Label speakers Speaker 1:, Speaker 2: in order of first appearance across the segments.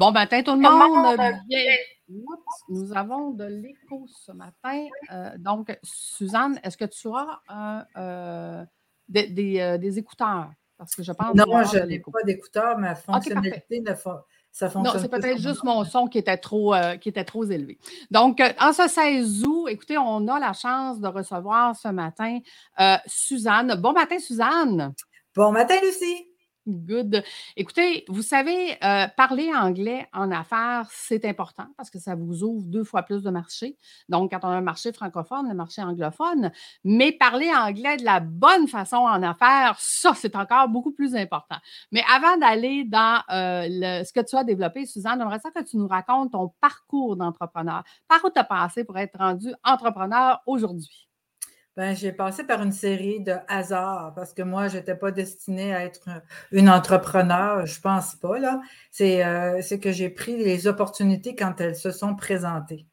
Speaker 1: Bon matin tout le monde. Bien. Oups, nous avons de l'écho ce matin. Donc, Suzanne, est-ce que tu as des écouteurs? Parce que je pense
Speaker 2: Non,
Speaker 1: qu'il va y avoir
Speaker 2: je
Speaker 1: de
Speaker 2: n'ai
Speaker 1: l'écho.
Speaker 2: pas d'écouteurs. Ma
Speaker 1: OK, parfait.
Speaker 2: fonctionnalité, ça
Speaker 1: Non,
Speaker 2: fonctionne
Speaker 1: c'est
Speaker 2: pas
Speaker 1: peut-être
Speaker 2: sur
Speaker 1: juste
Speaker 2: mon
Speaker 1: mon son qui était trop élevé. Donc, en ce 16 août, écoutez, on a la chance de recevoir ce matin Suzanne. Bon matin, Suzanne.
Speaker 2: Bon matin, Lucie!
Speaker 1: Good. Écoutez, vous savez, parler anglais en affaires, c'est important parce que ça vous ouvre 2 fois plus de marchés. Donc, quand on a un marché francophone, le marché anglophone, mais parler anglais de la bonne façon en affaires, ça, c'est encore beaucoup plus important. Mais avant d'aller dans ce que tu as développé, Suzanne, j'aimerais ça que tu nous racontes ton parcours d'entrepreneur. Par où tu as passé pour être rendu entrepreneur aujourd'hui?
Speaker 2: Ben, j'ai passé par une série de hasards parce que moi, je n'étais pas destinée à être une entrepreneur, je pense pas, là. C'est que j'ai pris les opportunités quand elles se sont présentées.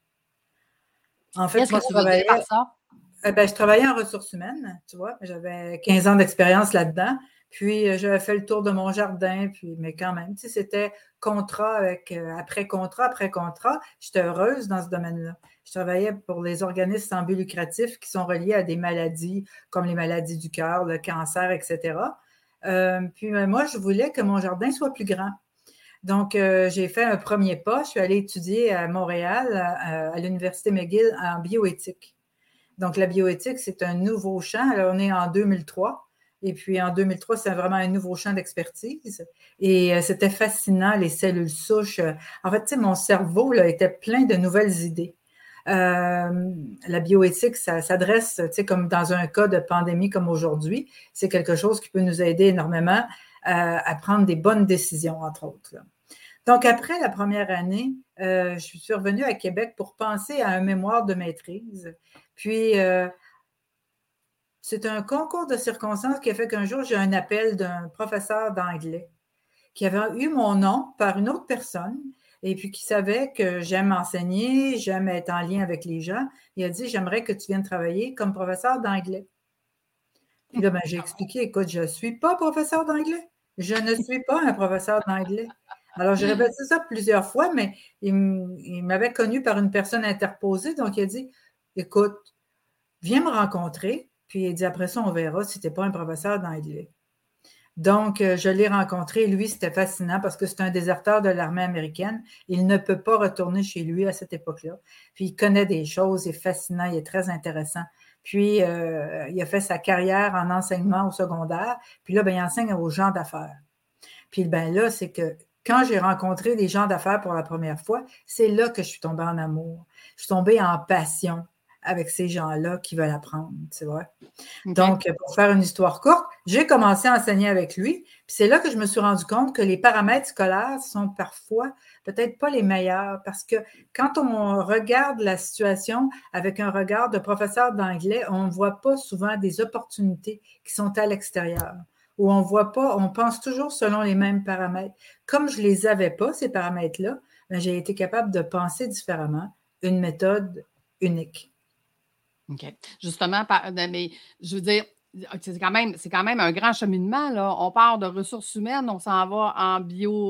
Speaker 2: En fait,
Speaker 1: Qu'est-ce
Speaker 2: moi,
Speaker 1: que tu veux dire par ça?
Speaker 2: je travaillais en ressources humaines, tu vois. J'avais 15 ans d'expérience là-dedans. Puis, j'avais fait le tour de mon jardin. Puis, mais quand même, tu sais, c'était contrat après contrat après contrat. J'étais heureuse dans ce domaine-là. Je travaillais pour les organismes sans but lucratif qui sont reliés à des maladies comme les maladies du cœur, le cancer, etc. Puis, moi, je voulais que mon jardin soit plus grand. Donc, j'ai fait un premier pas. Je suis allée étudier à Montréal, à l'Université McGill, en bioéthique. Donc, la bioéthique, c'est un nouveau champ. Alors, on est en 2003. Et puis, en 2003, c'est vraiment un nouveau champ d'expertise. Et c'était fascinant, les cellules souches. En fait, tu sais, mon cerveau là, était plein de nouvelles idées. La bioéthique, ça s'adresse, tu sais, comme dans un cas de pandémie comme aujourd'hui, c'est quelque chose qui peut nous aider énormément à prendre des bonnes décisions, entre autres. Là. Donc, après la première année, je suis revenue à Québec pour penser à un mémoire de maîtrise. Puis, c'est un concours de circonstances qui a fait qu'un jour, j'ai un appel d'un professeur d'anglais qui avait eu mon nom par une autre personne et puis qui savait que j'aime enseigner, j'aime être en lien avec les gens. Il a dit, j'aimerais que tu viennes travailler comme professeur d'anglais. Puis là, j'ai expliqué, écoute, je ne suis pas professeur d'anglais. Je ne suis pas un professeur d'anglais. Alors, j'ai répété ça plusieurs fois, mais il m'avait connu par une personne interposée. Donc, il a dit, écoute, viens me rencontrer. Puis, il dit, après ça, on verra si tu n'es pas un professeur d'anglais. Donc, je l'ai rencontré. Lui, c'était fascinant parce que c'est un déserteur de l'armée américaine. Il ne peut pas retourner chez lui à cette époque-là. Puis, il connaît des choses, il est fascinant, il est très intéressant. Puis, il a fait sa carrière en enseignement au secondaire. Puis là, il enseigne aux gens d'affaires. Puis, là, c'est que quand j'ai rencontré des gens d'affaires pour la première fois, c'est là que je suis tombée en amour. Je suis tombée en passion avec ces gens-là qui veulent apprendre, tu vois.
Speaker 1: OK.
Speaker 2: Donc, pour faire une histoire courte, j'ai commencé à enseigner avec lui. Puis c'est là que je me suis rendu compte que les paramètres scolaires sont parfois peut-être pas les meilleurs parce que quand on regarde la situation avec un regard de professeur d'anglais, on ne voit pas souvent des opportunités qui sont à l'extérieur. Ou on voit pas, on pense toujours selon les mêmes paramètres. Comme je les avais pas, ces paramètres-là, j'ai été capable de penser différemment, une méthode unique.
Speaker 1: OK. Justement, mais je veux dire, c'est quand même un grand cheminement, là. On part de ressources humaines, on s'en va en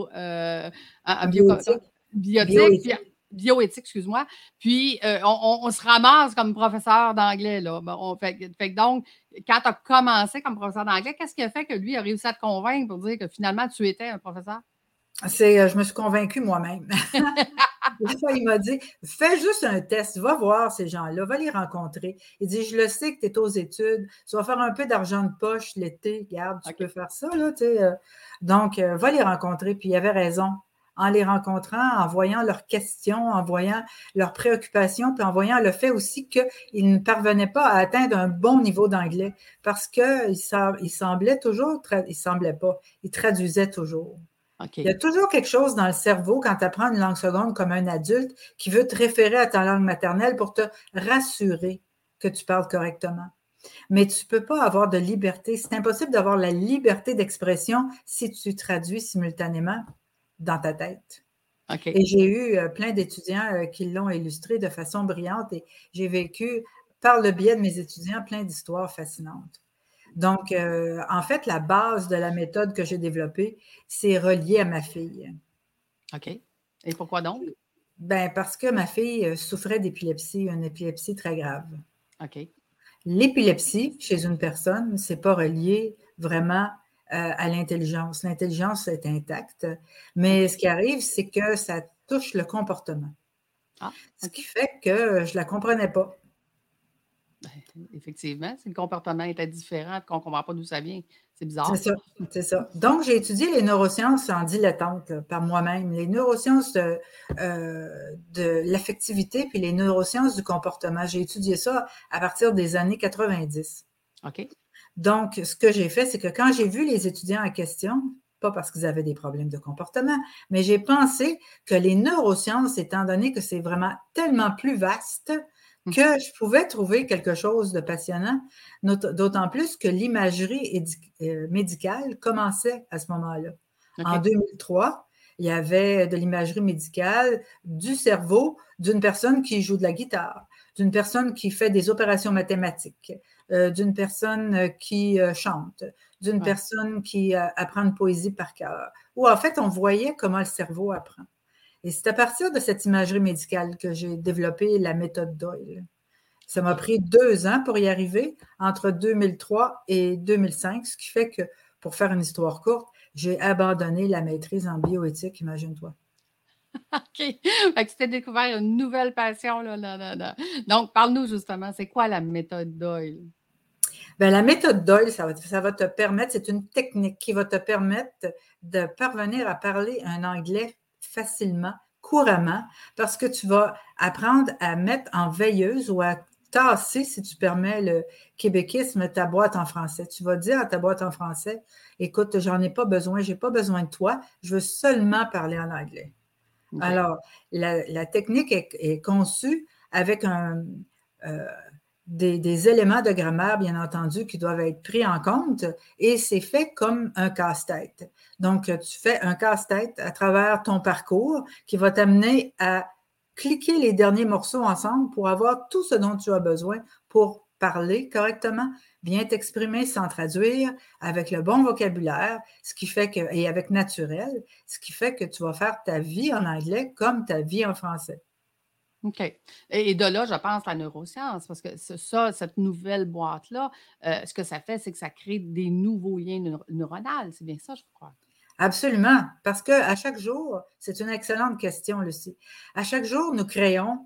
Speaker 1: biotique, puis bioéthique, excuse-moi. Puis, on se ramasse comme professeur d'anglais, là. Bon, fait que donc, quand tu as commencé comme professeur d'anglais, qu'est-ce qui a fait que lui a réussi à te convaincre pour dire que finalement, tu étais un professeur?
Speaker 2: Je me suis convaincue moi-même. Des fois, il m'a dit, fais juste un test, va voir ces gens-là, va les rencontrer. Il dit, je le sais que tu es aux études, tu vas faire un peu d'argent de poche l'été, regarde, tu peux faire ça, là, tu sais. Donc, va les rencontrer. Puis il avait raison. En les rencontrant, en voyant leurs questions, en voyant leurs préoccupations, puis en voyant le fait aussi qu'ils ne parvenaient pas à atteindre un bon niveau d'anglais parce qu'il semblait toujours, il semblait pas, il traduisait toujours.
Speaker 1: Okay.
Speaker 2: Il y a toujours quelque chose dans le cerveau quand tu apprends une langue seconde comme un adulte qui veut te référer à ta langue maternelle pour te rassurer que tu parles correctement. Mais tu ne peux pas avoir de liberté. C'est impossible d'avoir la liberté d'expression si tu traduis simultanément dans ta tête.
Speaker 1: Okay.
Speaker 2: Et j'ai eu plein d'étudiants qui l'ont illustré de façon brillante et j'ai vécu, par le biais de mes étudiants, plein d'histoires fascinantes. Donc, en fait, la base de la méthode que j'ai développée, c'est relié à ma fille.
Speaker 1: OK. Et pourquoi donc?
Speaker 2: Ben, parce que ma fille souffrait d'épilepsie, une épilepsie très grave.
Speaker 1: OK.
Speaker 2: L'épilepsie, chez une personne, c'est pas relié vraiment à l'intelligence. L'intelligence est intacte, mais ce qui arrive, c'est que ça touche le comportement.
Speaker 1: Ah,
Speaker 2: Ce qui
Speaker 1: OK.
Speaker 2: fait que je la comprenais pas.
Speaker 1: Effectivement, si le comportement était différent, qu'on ne comprend pas d'où ça vient, c'est
Speaker 2: C'est
Speaker 1: bizarre.
Speaker 2: ça, c'est ça. Donc, j'ai étudié les neurosciences en dilettante là, par moi-même, les neurosciences de l'affectivité puis les neurosciences du comportement. J'ai étudié ça à partir des années 90.
Speaker 1: OK.
Speaker 2: Donc, ce que j'ai fait, c'est que quand j'ai vu les étudiants en question, pas parce qu'ils avaient des problèmes de comportement, mais j'ai pensé que les neurosciences, étant donné que c'est vraiment tellement plus vaste, que je pouvais trouver quelque chose de passionnant, d'autant plus que l'imagerie médicale commençait à ce moment-là. En
Speaker 1: OK.
Speaker 2: 2003, il y avait de l'imagerie médicale du cerveau d'une personne qui joue de la guitare, d'une personne qui fait des opérations mathématiques, d'une personne qui chante, d'une
Speaker 1: Ouais.
Speaker 2: personne qui apprend une poésie par cœur. Ou en fait, on voyait comment le cerveau apprend. Et c'est à partir de cette imagerie médicale que j'ai développé la méthode Doyle. Ça m'a
Speaker 1: OK.
Speaker 2: pris 2 ans pour y arriver, entre 2003 et 2005, ce qui fait que, pour faire une histoire courte, j'ai abandonné la maîtrise en bioéthique, imagine-toi.
Speaker 1: OK. Fait que tu t'es découvert une nouvelle passion, là, là. Donc, parle-nous justement, c'est quoi la méthode Doyle?
Speaker 2: Bien, la méthode Doyle, ça va te permettre, c'est une technique qui va te permettre de parvenir à parler un anglais facilement, couramment, parce que tu vas apprendre à mettre en veilleuse ou à tasser, si tu permets le québéquisme, ta boîte en français. Tu vas dire à ta boîte en français, écoute, j'en ai pas besoin, j'ai pas besoin de toi, je veux seulement parler en anglais.
Speaker 1: OK.
Speaker 2: Alors, la technique est conçue avec euh, des éléments de grammaire, bien entendu, qui doivent être pris en compte et c'est fait comme un casse-tête. Donc, tu fais un casse-tête à travers ton parcours qui va t'amener à cliquer les derniers morceaux ensemble pour avoir tout ce dont tu as besoin pour parler correctement, bien t'exprimer sans traduire, avec le bon vocabulaire, ce qui fait que, et avec naturel, ce qui fait que tu vas faire ta vie en anglais comme ta vie en français.
Speaker 1: OK. Et de là, je pense, la neuroscience, parce que ça, cette nouvelle boîte-là, ce que ça fait, c'est que ça crée des nouveaux liens neuronaux. C'est bien ça, je crois.
Speaker 2: Absolument, parce qu'à chaque jour, c'est une excellente question, Lucie. À chaque jour, nous créons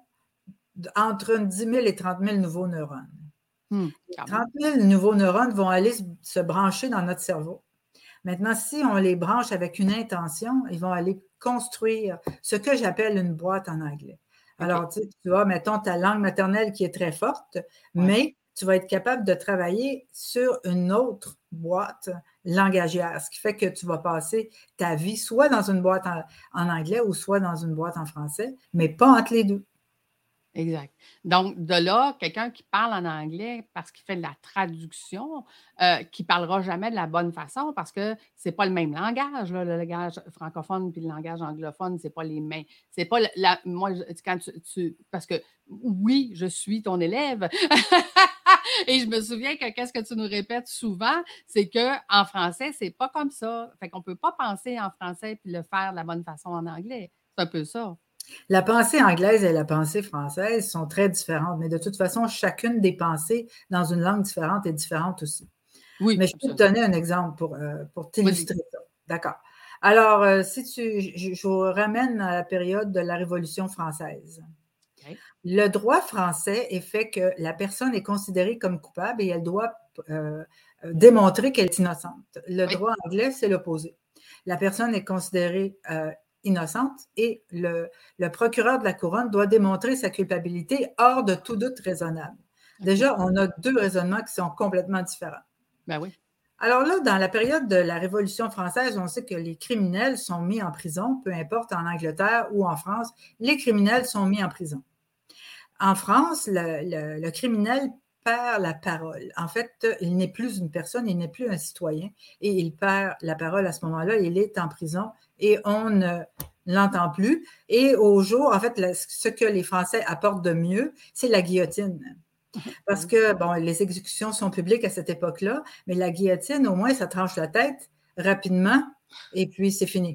Speaker 2: entre 10 000 et 30 000 nouveaux neurones.
Speaker 1: Quand même.
Speaker 2: 30 000 nouveaux neurones vont aller se brancher dans notre cerveau. Maintenant, si on les branche avec une intention, ils vont aller construire ce que j'appelle une boîte en anglais.
Speaker 1: OK.
Speaker 2: Alors, tu vois, mettons ta langue maternelle qui est très forte,
Speaker 1: Ouais.
Speaker 2: mais tu vas être capable de travailler sur une autre boîte langagière, ce qui fait que tu vas passer ta vie soit dans une boîte en anglais ou soit dans une boîte en français, mais pas entre les deux.
Speaker 1: Exact. Donc, de là, quelqu'un qui parle en anglais parce qu'il fait de la traduction, qui ne parlera jamais de la bonne façon parce que c'est pas le même langage, là, le langage francophone puis le langage anglophone, c'est pas les mêmes. C'est pas moi, quand parce que oui, je suis ton élève. Et je me souviens que qu'est-ce que tu nous répètes souvent, c'est qu'en français, c'est pas comme ça. Fait qu'on peut pas penser en français puis le faire de la bonne façon en anglais. C'est un peu ça.
Speaker 2: La pensée anglaise et la pensée française sont très différentes, mais de toute façon, chacune des pensées dans une langue différente est différente aussi.
Speaker 1: Oui,
Speaker 2: Mais je peux te
Speaker 1: absolument.
Speaker 2: donner un exemple pour
Speaker 1: Vas-y.
Speaker 2: t'illustrer ça. D'accord. Alors, si je vous ramène à la période de la Révolution française.
Speaker 1: OK.
Speaker 2: Le droit français est fait que la personne est considérée comme coupable et elle doit démontrer qu'elle est innocente. Le
Speaker 1: Oui.
Speaker 2: droit anglais, c'est l'opposé. La personne est considérée innocente et le procureur de la couronne doit démontrer sa culpabilité hors de tout doute raisonnable.
Speaker 1: OK.
Speaker 2: Déjà, on a deux raisonnements qui sont complètement différents.
Speaker 1: Ben oui.
Speaker 2: Alors là, dans la période de la Révolution française, on sait que les criminels sont mis en prison, peu importe en Angleterre ou en France, les criminels sont mis en prison. En France, le criminel perd la parole. En fait, il n'est plus une personne, il n'est plus un citoyen et il perd la parole à ce moment-là. Il est en prison et on ne l'entend plus. Et au jour, en fait, ce que les Français apportent de mieux, c'est la guillotine. Parce
Speaker 1: Oui.
Speaker 2: que, bon, les exécutions sont publiques à cette époque-là, mais la guillotine, au moins, ça tranche la tête rapidement et puis c'est fini.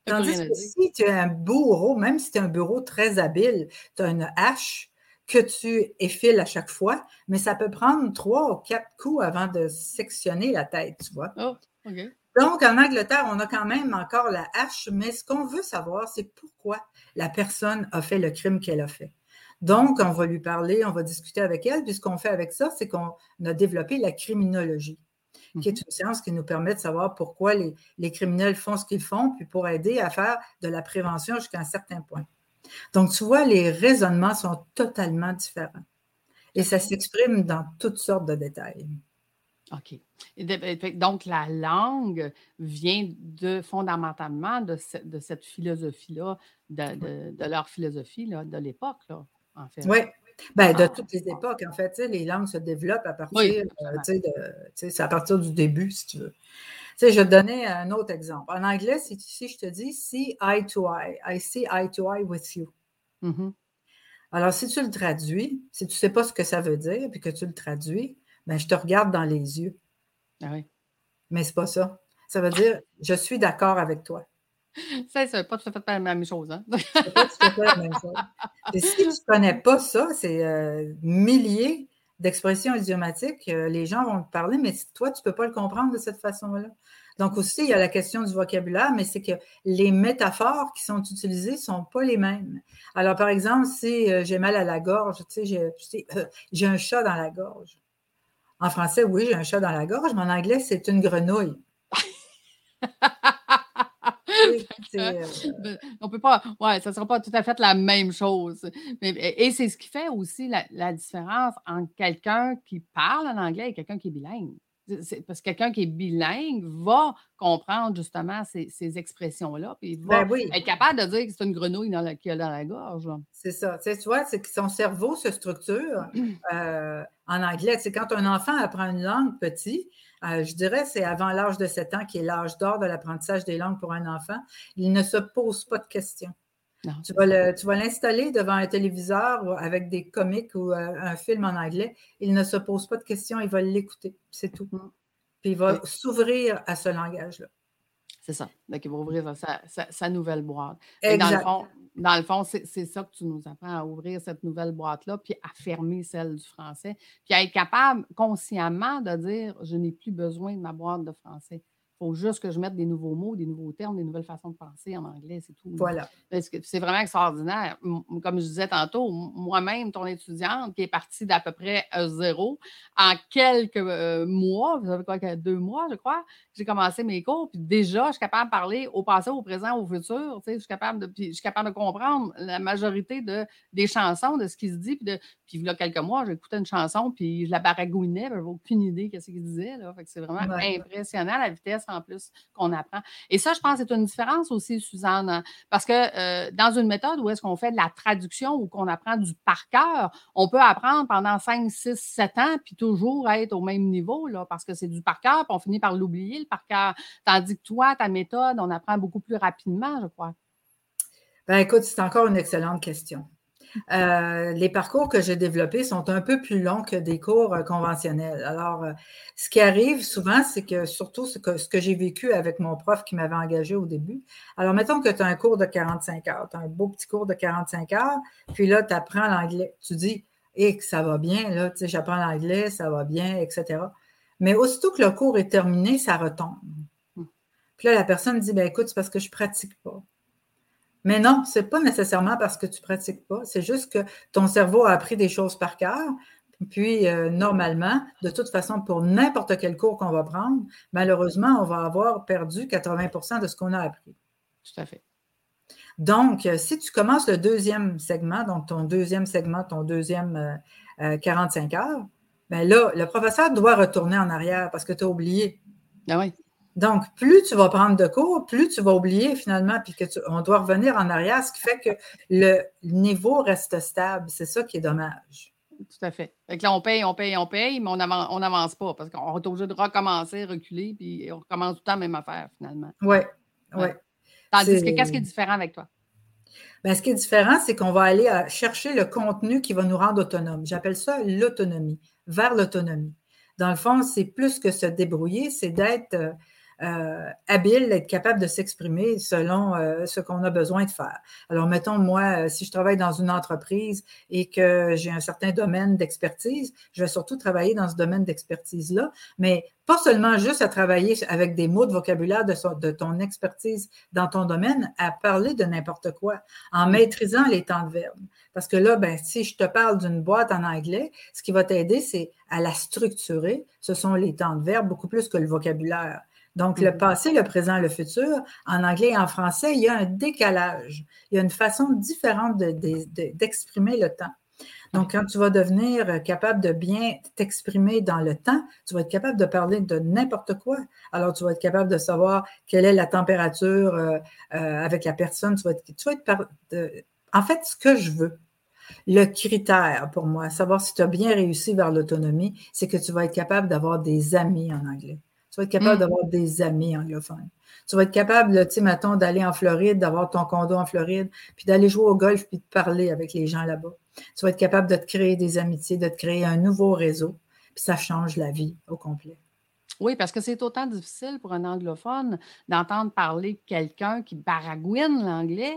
Speaker 1: Il n'y a plus
Speaker 2: Tandis
Speaker 1: rien à
Speaker 2: que
Speaker 1: dire.
Speaker 2: si tu as un bourreau, même si tu as un bureau très habile, tu as une hache que tu effiles à chaque fois, mais ça peut prendre 3 ou 4 coups avant de sectionner la tête, tu vois.
Speaker 1: Oh, OK.
Speaker 2: Donc, en Angleterre, on a quand même encore la hache, mais ce qu'on veut savoir, c'est pourquoi la personne a fait le crime qu'elle a fait. Donc, on va lui parler, on va discuter avec elle, puis ce qu'on fait avec ça, c'est qu'on a développé la criminologie, qui est une science qui nous permet de savoir pourquoi les criminels font ce qu'ils font, puis pour aider à faire de la prévention jusqu'à un certain point. Donc, tu vois, les raisonnements sont totalement différents. Et ça s'exprime dans toutes sortes de détails.
Speaker 1: OK. Donc, la langue vient fondamentalement de cette philosophie-là, de leur philosophie là, de l'époque, là, en fait.
Speaker 2: Oui. Ben, de
Speaker 1: Ah,
Speaker 2: toutes les époques, en fait, les langues se développent à
Speaker 1: oui,
Speaker 2: partir,
Speaker 1: absolument.
Speaker 2: c'est à partir du début, si tu veux. Je vais te donner un autre exemple. En anglais, si je te dis see eye to eye, I see eye to eye with you.
Speaker 1: Mhm.
Speaker 2: Alors, si tu le traduis, si tu ne sais pas ce que ça veut dire, puis que tu le traduis, ben, je te regarde dans les yeux.
Speaker 1: Ah oui.
Speaker 2: Mais ce n'est pas ça. Ça veut dire je suis d'accord avec toi.
Speaker 1: C'est pas tout à fait la même chose, hein?
Speaker 2: C'est pas tout à fait la même chose. Et si tu ne connais pas ça, c'est milliers d'expressions idiomatiques, les gens vont te parler, mais toi, tu ne peux pas le comprendre de cette façon-là. Donc aussi, il y a la question du vocabulaire, mais c'est que les métaphores qui sont utilisées ne sont pas les mêmes. Alors, par exemple, si j'ai mal à la gorge, j'ai un chat dans la gorge. En français, oui, j'ai un chat dans la gorge, mais en anglais, c'est une grenouille.
Speaker 1: On peut pas, ouais, ça sera pas tout à fait la même chose. Et c'est ce qui fait aussi la différence entre quelqu'un qui parle en anglais et quelqu'un qui est bilingue. Parce que quelqu'un qui est bilingue va comprendre justement ces expressions-là, puis il va
Speaker 2: Ben oui.
Speaker 1: être capable de dire que c'est une grenouille qu'il a dans la gorge.
Speaker 2: C'est ça. Tu vois, c'est que son cerveau se structure en anglais. Quand un enfant apprend une langue petit, je dirais c'est avant l'âge de 7 ans qui est l'âge d'or de l'apprentissage des langues pour un enfant, il ne se pose pas de questions.
Speaker 1: Non,
Speaker 2: tu vas l'installer devant un téléviseur avec des comics ou un film en anglais. Il ne se pose pas de questions, il va l'écouter. C'est tout. Puis il va s'ouvrir à ce langage-là.
Speaker 1: C'est ça. Donc, il va ouvrir sa nouvelle boîte.
Speaker 2: Exact.
Speaker 1: Dans le fond, c'est ça que tu nous apprends, à ouvrir cette nouvelle boîte-là, puis à fermer celle du français, puis à être capable consciemment de dire je n'ai plus besoin de ma boîte de français. Il faut juste que je mette des nouveaux mots, des nouveaux termes, des nouvelles façons de penser en anglais, c'est tout.
Speaker 2: Voilà.
Speaker 1: C'est vraiment extraordinaire. Comme je disais tantôt, moi-même, ton étudiante qui est partie d'à peu près 0, en quelques mois, vous savez quoi, 2 mois, je crois, j'ai commencé mes cours, puis déjà, je suis capable de parler au passé, au présent, au futur. Je suis capable de comprendre la majorité des chansons, de ce qui se dit. Puis il y a quelques mois, j'écoutais une chanson, puis je la baragouinais, j'avais aucune idée de ce qu'il disait. Là. Fait que c'est vraiment impressionnant la vitesse en plus qu'on apprend. Et ça, je pense que c'est une différence aussi, Suzanne, parce que dans une méthode où est-ce qu'on fait de la traduction ou qu'on apprend du par cœur, on peut apprendre pendant 5, 6, 7 ans, puis toujours être au même niveau, là, parce que c'est du par cœur, puis on finit par l'oublier, le par cœur. Tandis que toi, ta méthode, on apprend beaucoup plus rapidement, je crois.
Speaker 2: Ben écoute, c'est encore une excellente question. Les parcours que j'ai développés sont un peu plus longs que des cours conventionnels. Alors, ce qui arrive souvent, c'est que surtout ce que j'ai vécu avec mon prof qui m'avait engagé au début. Alors, mettons que tu as un cours de 45 heures, tu as un beau petit cours de 45 heures, puis là, tu apprends l'anglais. Tu dis, que ça va bien, là, tu sais, j'apprends l'anglais, ça va bien, etc. Mais aussitôt que le cours est terminé, ça retombe. Puis là, la personne dit, ben écoute, c'est parce que je ne pratique pas. Mais non, ce n'est pas nécessairement parce que tu ne pratiques pas. C'est juste que ton cerveau a appris des choses par cœur. Puis, normalement, de toute façon, pour n'importe quel cours qu'on va prendre, malheureusement, on va avoir perdu 80% de ce qu'on a appris.
Speaker 1: Tout à fait.
Speaker 2: Donc, si tu commences le deuxième segment, donc ton deuxième 45 heures, bien là, le professeur doit retourner en arrière parce que tu as oublié.
Speaker 1: Ah oui.
Speaker 2: Donc, plus tu vas prendre de cours, plus tu vas oublier finalement, puis on doit revenir en arrière, ce qui fait que le niveau reste stable. C'est ça qui est dommage.
Speaker 1: Tout à fait. Fait que là, on paye, mais on n'avance pas parce qu'on est obligé de recommencer, reculer, puis on recommence tout le temps la même affaire finalement.
Speaker 2: Oui.
Speaker 1: Tandis que qu'est-ce qui est différent avec toi?
Speaker 2: Bien, ce qui est différent, c'est qu'on va aller chercher le contenu qui va nous rendre autonomes. J'appelle ça l'autonomie, vers l'autonomie. Dans le fond, c'est plus que se débrouiller, c'est d'être habile, être capable de s'exprimer selon ce qu'on a besoin de faire. Alors, mettons, moi, si je travaille dans une entreprise et que j'ai un certain domaine d'expertise, je vais surtout travailler dans ce domaine d'expertise-là, mais pas seulement juste à travailler avec des mots de vocabulaire de ton expertise dans ton domaine, à parler de n'importe quoi, en maîtrisant les temps de verbe. Parce que là, ben, si je te parle d'une boîte en anglais, ce qui va t'aider, c'est à la structurer. Ce sont les temps de verbe, beaucoup plus que le vocabulaire. Donc, le passé, le présent, le futur, en anglais et en français, il y a un décalage. Il y a une façon différente d'exprimer le temps. Donc, quand tu vas devenir capable de bien t'exprimer dans le temps, tu vas être capable de parler de n'importe quoi. Alors, tu vas être capable de savoir quelle est la température avec la personne. En fait, ce que je veux, le critère pour moi, savoir si tu as bien réussi vers l'autonomie, c'est que tu vas être capable d'avoir des amis en anglais. Tu vas être capable d'avoir des amis anglophones. Tu vas être capable, tu sais, mettons, d'aller en Floride, d'avoir ton condo en Floride, puis d'aller jouer au golf, puis de parler avec les gens là-bas. Tu vas être capable de te créer des amitiés, de te créer un nouveau réseau, puis ça change la vie au complet.
Speaker 1: Oui, parce que c'est autant difficile pour un anglophone d'entendre parler quelqu'un qui baragouine l'anglais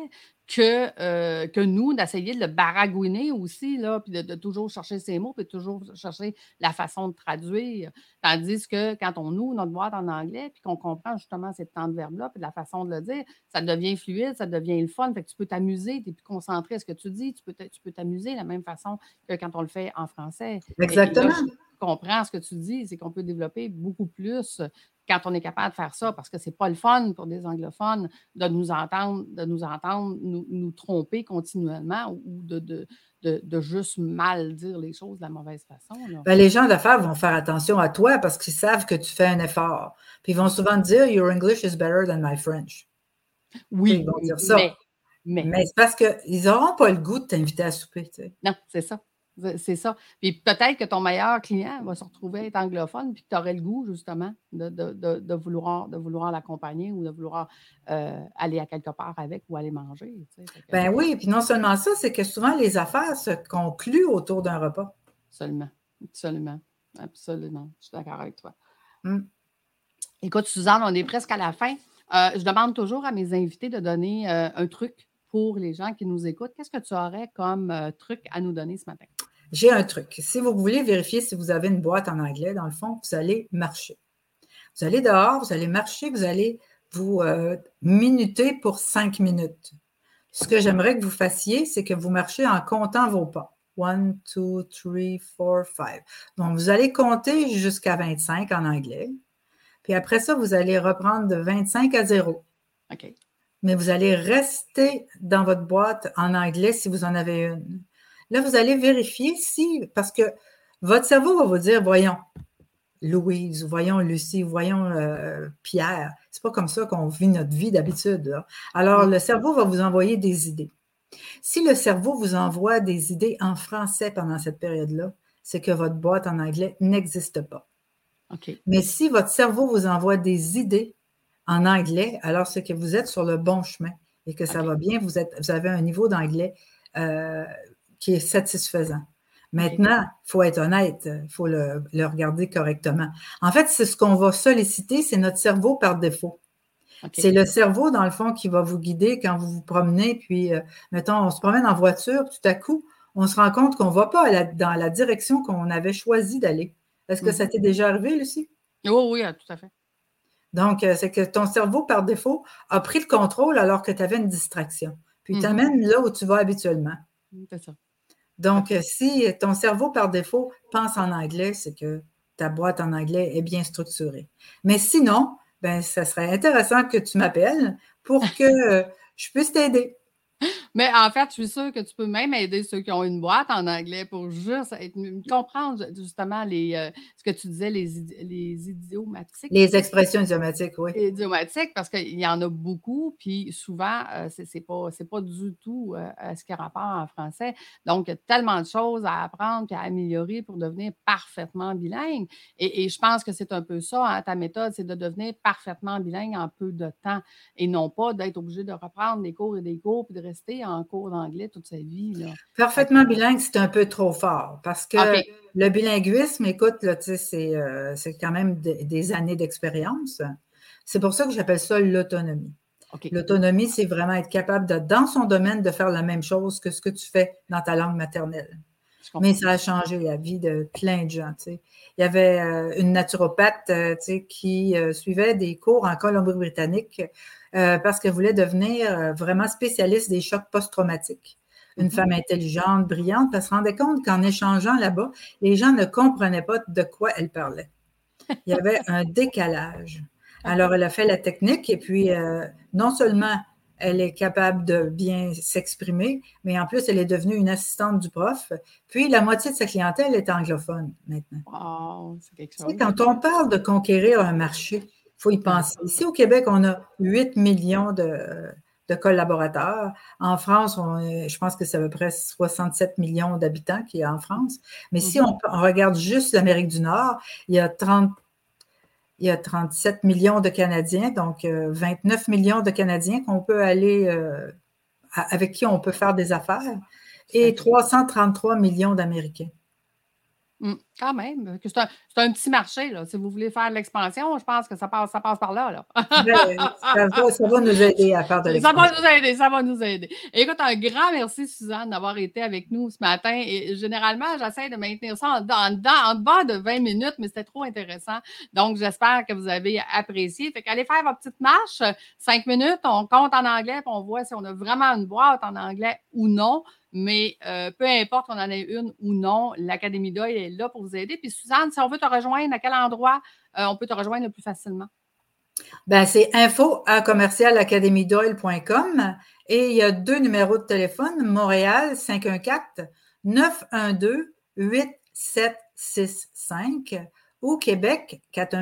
Speaker 1: que nous, d'essayer de le baragouiner aussi, là, puis de toujours chercher ses mots, puis de toujours chercher la façon de traduire. Tandis que quand on ouvre notre boîte en anglais, puis qu'on comprend justement ces temps de verbe-là, puis de la façon de le dire, ça devient fluide, ça devient le fun. Fait que tu peux t'amuser, tu es plus concentré à ce que tu dis, tu peux t'amuser de la même façon que quand on le fait en français. Et là,
Speaker 2: Exactement.
Speaker 1: comprends ce que tu dis, c'est qu'on peut développer beaucoup plus quand on est capable de faire ça, parce que c'est pas le fun pour des anglophones de nous entendre, nous tromper continuellement ou de juste mal dire les choses de la mauvaise façon. Là.
Speaker 2: Ben, les gens d'affaires vont faire attention à toi parce qu'ils savent que tu fais un effort. Puis ils vont souvent te dire Your English is better than my French.
Speaker 1: Oui,
Speaker 2: ils vont dire ça. Mais c'est parce qu'ils n'auront pas le goût de t'inviter à souper. Tu sais.
Speaker 1: Non, c'est ça. C'est ça. Puis peut-être que ton meilleur client va se retrouver être anglophone, puis que tu aurais le goût, justement, de vouloir l'accompagner ou de vouloir aller à quelque part avec ou aller manger. Tu sais.
Speaker 2: Ben oui, puis non seulement ça, c'est que souvent les affaires se concluent autour d'un repas.
Speaker 1: Absolument. Absolument. Absolument. Je suis d'accord avec toi.
Speaker 2: Mm.
Speaker 1: Écoute, Suzanne, on est presque à la fin. Je demande toujours à mes invités de donner un truc pour les gens qui nous écoutent. Qu'est-ce que tu aurais comme truc à nous donner ce matin?
Speaker 2: J'ai un truc. Si vous voulez vérifier si vous avez une boîte en anglais, dans le fond, vous allez marcher. Vous allez dehors, vous allez marcher, vous allez vous minuter pour 5 minutes. Ce que j'aimerais que vous fassiez, c'est que vous marchez en comptant vos pas. 1, 2, 3, 4, 5. Donc, vous allez compter jusqu'à 25 en anglais. Puis après ça, vous allez reprendre de 25 à 0.
Speaker 1: OK.
Speaker 2: Mais vous allez rester dans votre boîte en anglais si vous en avez une. Là, vous allez vérifier si, parce que votre cerveau va vous dire, voyons, Louise, voyons Lucie, voyons Pierre. C'est pas comme ça qu'on vit notre vie d'habitude. Là. Alors, le cerveau va vous envoyer des idées. Si le cerveau vous envoie des idées en français pendant cette période-là, c'est que votre boîte en anglais n'existe pas.
Speaker 1: Okay.
Speaker 2: Mais si votre cerveau vous envoie des idées en anglais, alors c'est que vous êtes sur le bon chemin et que ça va bien, vous avez un niveau d'anglais qui est satisfaisant. Maintenant, il faut être honnête, il faut le regarder correctement. En fait, c'est ce qu'on va solliciter, c'est notre cerveau par défaut. Okay. C'est le cerveau, dans le fond, qui va vous guider quand vous vous promenez, puis, mettons, on se promène en voiture, tout à coup, on se rend compte qu'on ne va pas dans la direction qu'on avait choisi d'aller. Est-ce que ça t'est déjà arrivé, Lucie?
Speaker 1: Oh, oui, tout à fait.
Speaker 2: Donc, c'est que ton cerveau, par défaut, a pris le contrôle alors que tu avais une distraction. Puis, t'amène là où tu vas habituellement.
Speaker 1: C'est ça.
Speaker 2: Donc, si ton cerveau, par défaut, pense en anglais, c'est que ta boîte en anglais est bien structurée. Mais sinon, ben, ça serait intéressant que tu m'appelles pour que je puisse t'aider.
Speaker 1: Mais en fait, je suis sûre que tu peux même aider ceux qui ont une boîte en anglais pour juste comprendre justement ce que tu disais, les idiomatiques.
Speaker 2: Les expressions idiomatiques, oui.
Speaker 1: Idiomatiques, parce qu'il y en a beaucoup, puis souvent, c'est pas du tout ce qui a rapport en français. Donc, il y a tellement de choses à apprendre et à améliorer pour devenir parfaitement bilingue. Et je pense que c'est un peu ça, hein, ta méthode, c'est de devenir parfaitement bilingue en peu de temps et non pas d'être obligé de reprendre des cours et des cours puis de rester en cours d'anglais toute sa vie. Là.
Speaker 2: Parfaitement bilingue, c'est un peu trop fort parce que le bilinguisme, écoute, là, c'est quand même des années d'expérience. C'est pour ça que j'appelle ça l'autonomie.
Speaker 1: OK.
Speaker 2: L'autonomie, c'est vraiment être capable, dans son domaine, de faire la même chose que ce que tu fais dans ta langue maternelle. Mais ça a changé la vie de plein de gens. Tu sais. Il y avait une naturopathe tu sais, qui suivait des cours en Colombie-Britannique parce qu'elle voulait devenir vraiment spécialiste des chocs post-traumatiques. Une femme intelligente, brillante, elle se rendait compte qu'en échangeant là-bas, les gens ne comprenaient pas de quoi elle parlait. Il y avait un décalage. Alors, elle a fait la technique et puis non seulement elle est capable de bien s'exprimer, mais en plus, elle est devenue une assistante du prof. Puis, la moitié de sa clientèle est anglophone maintenant.
Speaker 1: Wow, c'est quelque chose.
Speaker 2: Tu sais, quand on parle de conquérir un marché, il faut y penser. Ici, au Québec, on a 8 millions de collaborateurs. En France, je pense que c'est à peu près 67 millions d'habitants qu'il y a en France. Mais si on regarde juste l'Amérique du Nord, il y a 37 millions de Canadiens, donc 29 millions de Canadiens qu'on peut aller, avec qui on peut faire des affaires, et 333 millions d'Américains.
Speaker 1: Quand même. C'est un petit marché, là. Si vous voulez faire de l'expansion, je pense que ça passe par là, là.
Speaker 2: Ça va nous aider à faire de l'expansion.
Speaker 1: Ça va nous aider. Écoute, un grand merci, Suzanne, d'avoir été avec nous ce matin. Et généralement, j'essaie de maintenir ça en bas de 20 minutes, mais c'était trop intéressant. Donc, j'espère que vous avez apprécié. Fait qu'allez faire votre petite marche, 5 minutes, on compte en anglais, puis on voit si on a vraiment une boîte en anglais ou non. Mais peu importe qu'on en ait une ou non, l'Académie Doyle est là pour vous aider. Puis Suzanne, si on veut te rejoindre, à quel endroit on peut te rejoindre le plus facilement?
Speaker 2: Ben, c'est info@academiedoyle.com et il y a 2 numéros de téléphone, Montréal 514-912-8765 ou Québec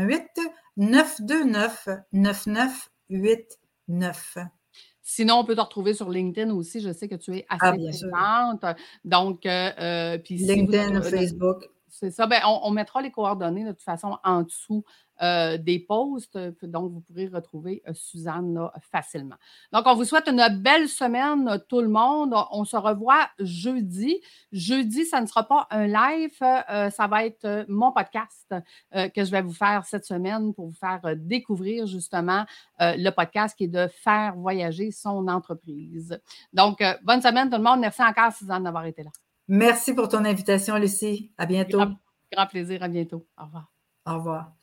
Speaker 2: 418-929-9989.
Speaker 1: Sinon, on peut te retrouver sur LinkedIn aussi. Je sais que tu es assez présente. Donc, puis
Speaker 2: LinkedIn, Facebook.
Speaker 1: C'est ça. Ben, on mettra les coordonnées de toute façon en dessous des posts. Donc, vous pourrez retrouver Suzanne là, facilement. Donc, on vous souhaite une belle semaine, tout le monde. On se revoit jeudi. Jeudi, ça ne sera pas un live. Ça va être mon podcast que je vais vous faire cette semaine pour vous faire découvrir justement le podcast qui est de faire voyager son entreprise. Donc, bonne semaine, tout le monde. Merci encore, Suzanne, d'avoir été là.
Speaker 2: Merci pour ton invitation, Lucie. À bientôt.
Speaker 1: Grand plaisir. À bientôt. Au revoir.
Speaker 2: Au revoir.